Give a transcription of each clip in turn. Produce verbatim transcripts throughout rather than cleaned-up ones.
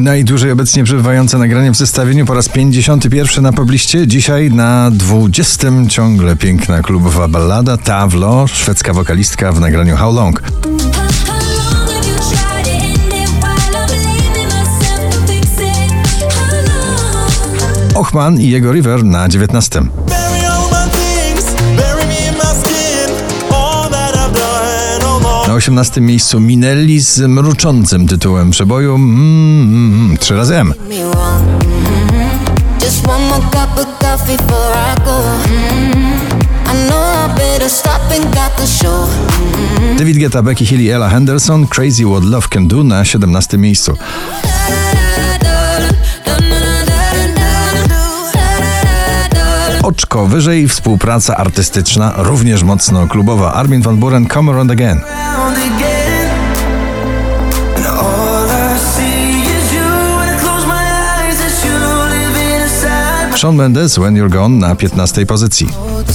Najdłużej obecnie przebywające nagranie w zestawieniu po raz pięćdziesiąty pierwszy na pobliście. Dzisiaj na dwudziestym ciągle piękna klubowa ballada Tavlo, szwedzka wokalistka w nagraniu How Long. Ochman i jego River na dziewiętnastym. Na osiemnastym miejscu Minelli z mruczącym tytułem przeboju mm, mm, trzy razy M. David Guetta, Becky Hill i Ella Henderson, Crazy What Love Can Do na siedemnastym miejscu. Oczko wyżej współpraca artystyczna, również mocno klubowa. Armin van Buuren, Come Around Again. Shawn Mendes, When You're Gone na piętnastej pozycji.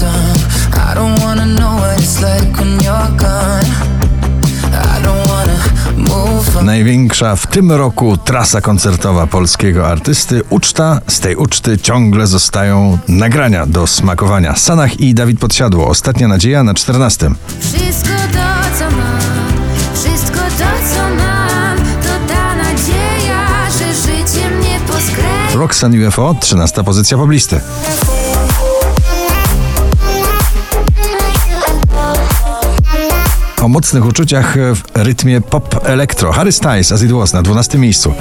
Największa w tym roku trasa koncertowa polskiego artysty. Uczta, z tej uczty ciągle zostają nagrania do smakowania. Sanach i Dawid Podsiadło, Ostatnia nadzieja na czternastym. Wszystko to, co mam, wszystko to, co mam, to ta nadzieja, że życie mnie poskrepi. Roxanne U F O, trzynasta pozycja poblisty. O mocnych uczuciach w rytmie pop elektro. Harry Styles, As It Was na dwunastym miejscu.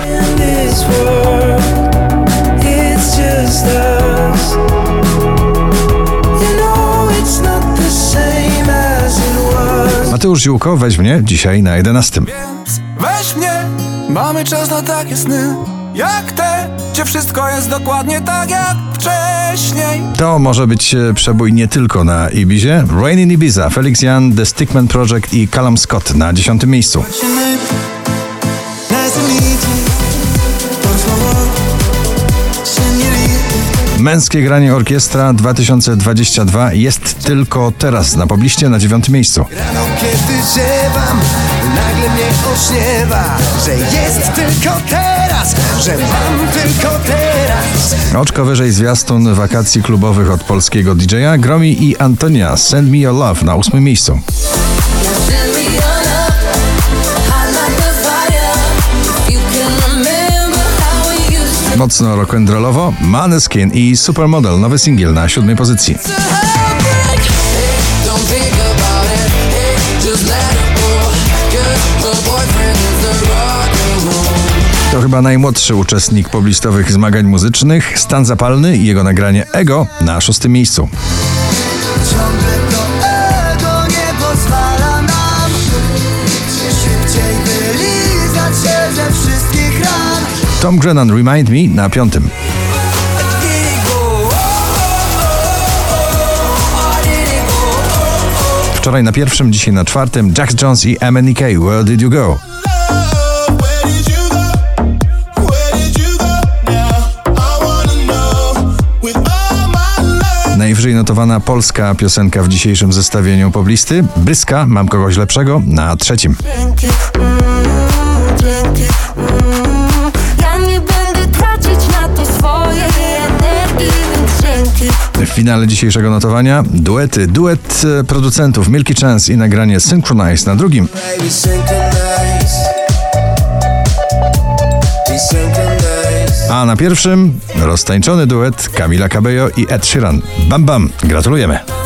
Mateusz Ziółko, Weź mnie, dzisiaj na jedenastym. Weź mnie, mamy czas na takie sny jak te, gdzie wszystko jest dokładnie tak jak wcześniej. To może być przebój nie tylko na Ibizie. Rain in Ibiza, Felix Jan, The Stickman Project i Callum Scott na dziesiątym miejscu. Męskie granie orkiestra dwa tysiące dwudziesty drugi jest tylko teraz na pobliście na dziewiątym miejscu. Rano, kiedy ziewam, nagle mnie ośniewa, że jest tylko teraz, że mam tylko teraz. Oczko wyżej zwiastun wakacji klubowych od polskiego D J a Gromi i Antonia, Send Me Your Love na ósmym miejscu. Mocno rock'n'rollowo Måneskin i Supermodel, nowy singiel na siódmej pozycji. To chyba najmłodszy uczestnik poblistowych zmagań muzycznych, Stan Zapalny i jego nagranie Ego na szóstym miejscu. Tom Grennan, Remind Me na piątym. Wczoraj na pierwszym, dzisiaj na czwartym Jax Jones i M N E K, Where Did You Go? Najwyżej notowana polska piosenka w dzisiejszym zestawieniu poblisty. Bryska, Mam kogoś lepszego na trzecim. W finale dzisiejszego notowania duety, duet producentów Milky Chance i nagranie Synchronize na drugim. A na pierwszym roztańczony duet Camila Cabello i Ed Sheeran. Bam Bam, gratulujemy.